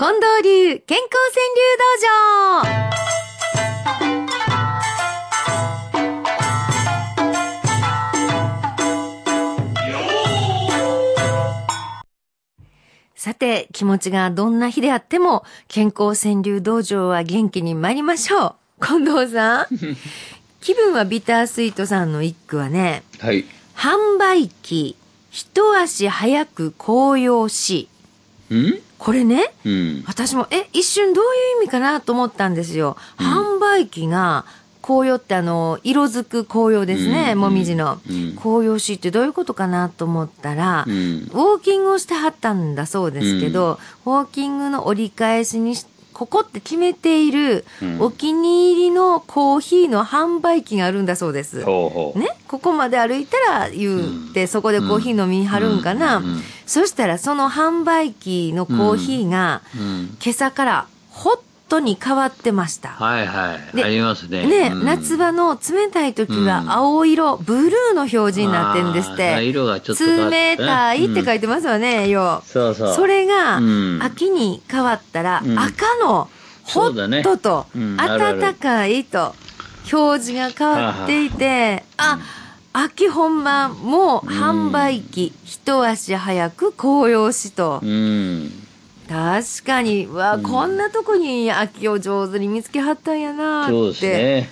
近藤流健康川柳道場。さて、気持ちがどんな日であっても、健康川柳道場は元気に参りましょう。近藤さん。気分はビタースイートさんの一句はね、 はい。 販売機、一足早く紅葉し。これね、私も、一瞬どういう意味かなと思ったんですよ。販売機が、紅葉って色づく紅葉ですね、もみじの。紅葉しってどういうことかなと思ったら、ウォーキングをしてはったんだそうですけど、ウォーキングの折り返しにここって決めているお気に入りのコーヒーの販売機があるんだそうです。ね、ここまで歩いたら言って、そこでコーヒー飲みはるんかな。そしたらその販売機のコーヒーが、今朝からホットに変わってました。 はいはい。ありますね。 ね、夏場の冷たい時は青色、ブルーの表示になってるんですって。 色がちょっと変わってね。 冷たいって書いてますよね、 そうそう。 それが、秋に変わったら、赤のホットと、暖かいと、表示が変わっていて、秋本番も販売機、一足早く紅葉しと。確かに、こんなとこに秋を上手に見つけはったんやなって。 そうですね。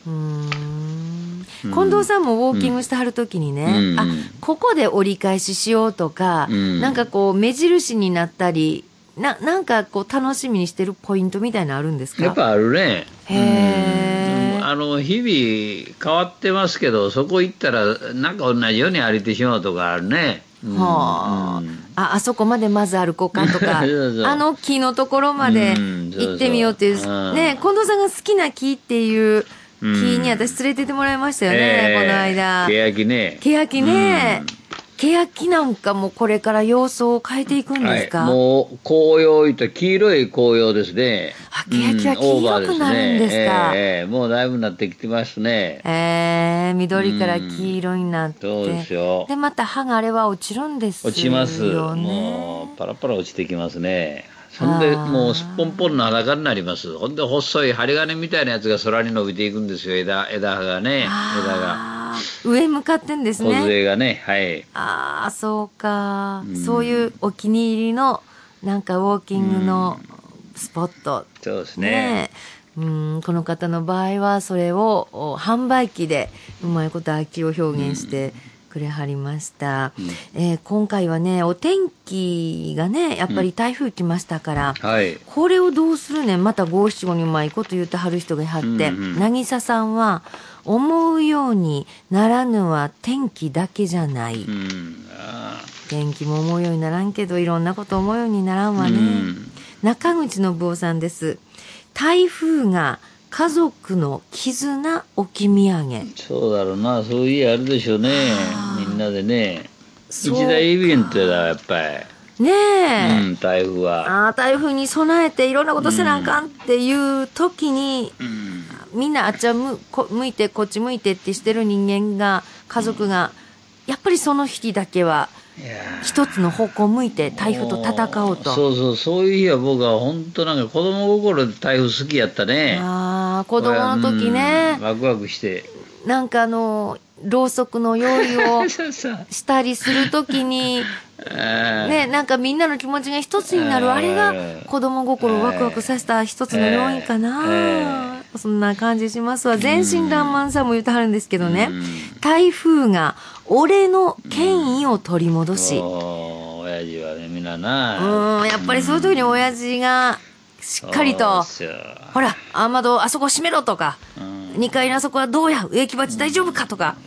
近藤さんもウォーキングしてはるときにね、ここで折り返ししようとか、なんかこう目印になったり、なんかこう楽しみにしてるポイントみたいなのあるんですか？ やっぱあるね。 へ日々変わってますけど、そこ行ったらなんか同じように歩いてしまうとかあるね。 あそこまでまず歩こうかとかそう木のところまで行ってみようっていうね、近藤さんが好きな木っていう木に私連れてってもらいましたよね、この間。 欅ね。 欅ね。欅なんかもこれから様相を変えていくんですか？ もう紅葉と黄色い紅葉ですね。 欅は黄色くなるんですか？ もうだいぶなってきてますね。 緑から黄色になって。 そうですよ。 でまた葉があれは落ちるんですよね。 落ちます。もうパラパラ落ちてきますね。そんでもうすっぽんぽんの裸になります。ほんで細い針金みたいなやつが空に伸びていくんですよ。枝がね。枝が。 上向かってんですね。 梢がね。はい。 そうか。そういうお気に入りのなんかウォーキングのスポット。 そうですね。 この方の場合はそれを販売機でうまいこと秋を表現してくれはりました。今回はね、お天気がね、やっぱり台風来ましたから、これをどうするねん、また五七五にうまいこと言ってはる人がいはって、渚さんは、思うようにならぬは天気だけじゃない。天気も思うようにならんけど、いろんなこと思うようにならんわね。中口信夫さんです。台風が家族の絆置き土産。 そうだろうな、そういう家あるでしょうね。みんなでね。一大イベントだ、やっぱり。 ねえ。 台風は。 台風に備えていろんなことせなあかんっていう時に、みんなあっちは向いてこっち向いてってしてる人間が、家族が、やっぱりその日だけは、一つの方向を向いて台風と戦おうと。 そういう日は僕は本当なんか子供心で台風好きやったね。 子供の時ね。 ワクワクして。 なんかろうそくの用意をしたりする時に、ね、なんかみんなの気持ちが一つになる、あれが子供心をワクワクさせた一つの要因かな。そんな感じしますわ。全身爛漫さんも言ってはるんですけどね。台風が俺の権威を取り戻し。 親父はね、みんなな。 やっぱりそういう時に親父がしっかりと、ほら、雨戸あそこ閉めろとか、2階のあそこはどうや、植木鉢大丈夫かとか。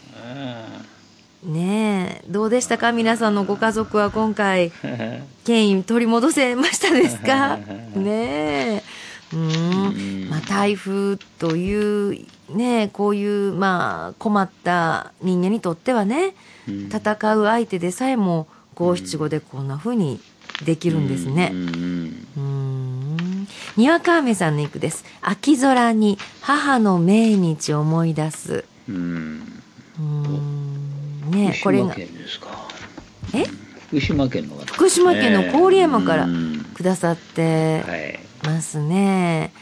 ねえ、どうでしたか皆さんのご家族は今回、権威取り戻せましたですか？ねえ。台風というね、こういう困った人間にとってはね、戦う相手でさえも五七五でこんな風にできるんですね。にわか雨さんの句です。秋空に母の命日思い出す。ね、これが福島県の郡山からくださってますね。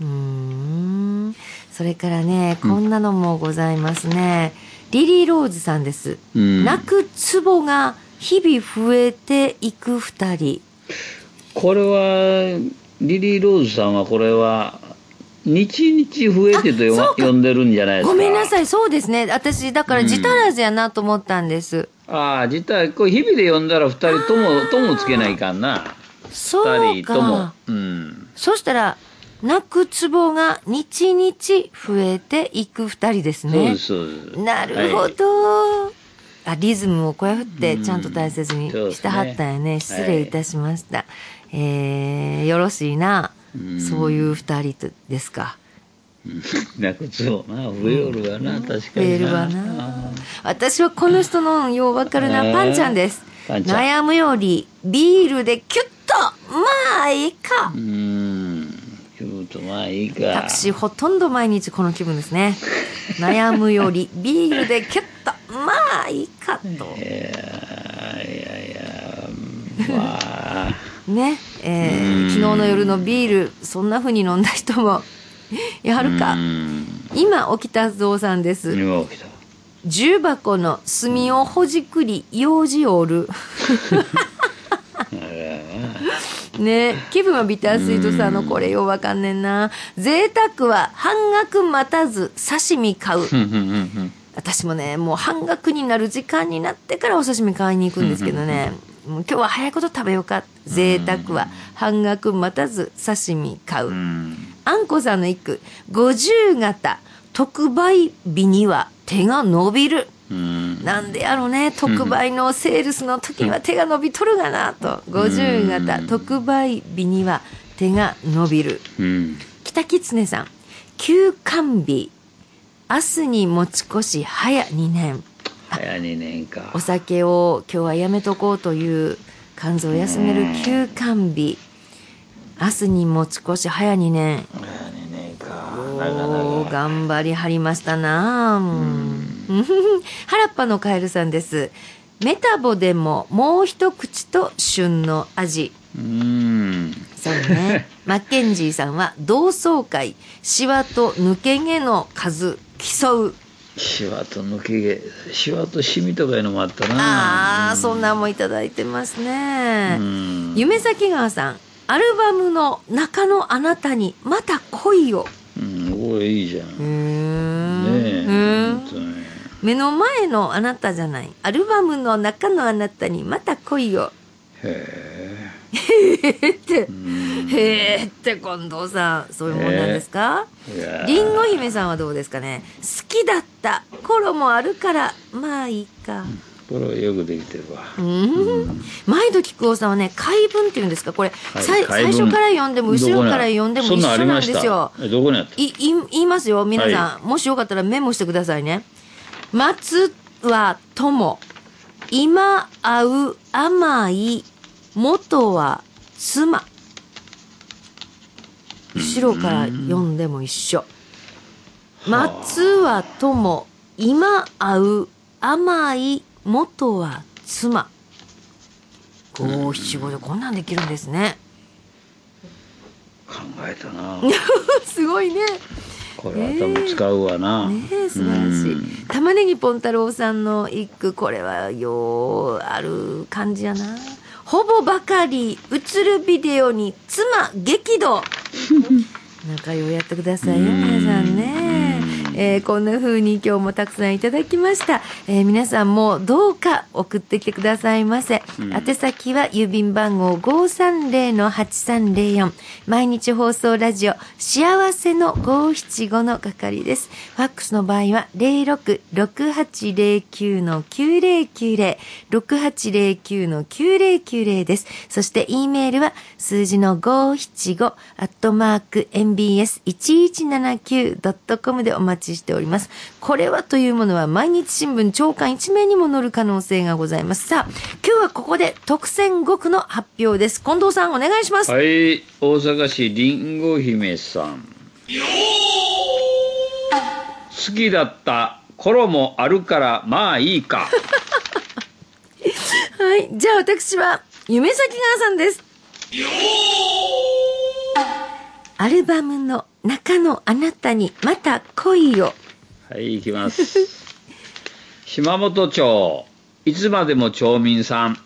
それからね、こんなのもございますね。リリーローズさんです。泣くツボが日々増えていく二人。 これはリリーローズさんはこれは日々増えてと呼んでるんじゃないですか。 ごめんなさい、そうですね。私だから字足らずやなと思ったんです。 ああ、実はこれ日々で読んだら二人ともつけないかんな。 そう二人とも。 そしたら泣くツボが日々増えていく二人ですね。 そうです。 なるほど。はい、リズムをこうやってちゃんと大切にしてはったんやね。失礼いたしました。よろしいな。そういう二人ですか。 泣くツボな、増えよるわな、確かにな。増えるわな。私はこの人のようわかるな。パンちゃんです。悩むよりビールでキュッと、まあいいか。 まあいいか。 私ほとんど毎日この気分ですね。悩むよりビールでキュッと、まあいいかと。 まあね、昨日の夜のビールそんな風に飲んだ人もやはるか。今起きたぞうさんです。 今起きた。 重箱の炭をほじくり用事を折る。ね、気分はビタースイートさんのこれようわかんねんな。贅沢は半額待たず刺身買う。私もね、もう半額になる時間になってからお刺身買いに行くんですけどね。もう今日は早いこと食べようか。贅沢は半額待たず刺身買う。あんこさんの一句、50型特売日には手が伸びる。なんでやろね、特売のセールスの時には手が伸びとるがなと。50型特売日には手が伸びる。北狐さん、休館日明日に持ち越し早2年。 早2年か。 お酒を今日はやめとこうという肝臓を休める休館日、明日に持ち越し早2年。 早2年か。 なか頑張りはりましたな。原っぱのカエルさんです。メタボでももう一口と旬の味。そうね。マッケンジーさんは同窓会シワと抜け毛の数競う。 シワと抜け毛、シワとシミとかいうのもあったな。 そんなんもいただいてますね。夢咲川さん、アルバムの中のあなたにまた恋を。 これいいじゃん。 目の前のあなたじゃない、アルバムの中のあなたにまた恋を。へーって近藤さん、そういうもんなんですか。りんご姫さんはどうですかね。好きだった頃もあるからまあいいか。 これはよくできてるわ。 毎度菊尾さんはね、回文っていうんですか、これ、最初から読んでも後ろから読んでも一緒なんですよ。 どこにあった？ 言いますよ、皆さん、もしよかったらメモしてくださいね。松は友、今会う甘い、元は妻。後ろから読んでも一緒。松は友、今会う甘い、元は妻。五七五でこんなんできるんですね。 考えたな。 すごいね。 これ頭使うわな。 素晴らしい。玉ねぎポン太郎さんの一句、これはようある感じやな。ほぼばかり映るビデオに妻激怒。仲良うやってくださいよ皆さんね。こんな風に今日もたくさんいただきました。皆さんもどうか送ってきてくださいませ。宛先は郵便番号 530-8304 毎日放送ラジオ幸せの575の係です。ファックスの場合は 066809-9090 6809-9090 です。そして E メールは数字の575 @mbs1179.com でお待ちしております。これはというものは毎日新聞朝刊一面にも載る可能性がございます。さあ、今日はここで特選5句の発表です。近藤さんお願いします。 はい、大阪市りんご姫さん。好きだった頃もあるからまあいいか。 はい、じゃあ私は夢咲川さんです。 アルバムの中のあなたにまた恋を。 はい、いきます。島本町、いつまでも町民さん。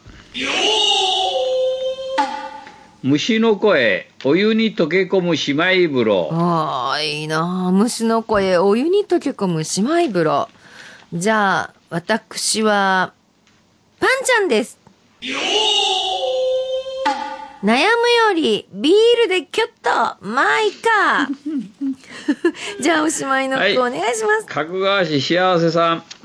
虫の声、お湯に溶け込む姉妹風呂。 ああ、いいなあ。虫の声、お湯に溶け込む姉妹風呂。じゃあ、私は、パンちゃんです。悩むよりビールでキュッとまあいいか。じゃあおしまいの句お願いします。 角川市幸せさん。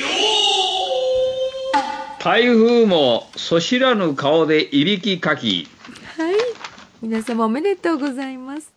台風もそしらぬ顔でいびきかき。 はい、皆様おめでとうございます。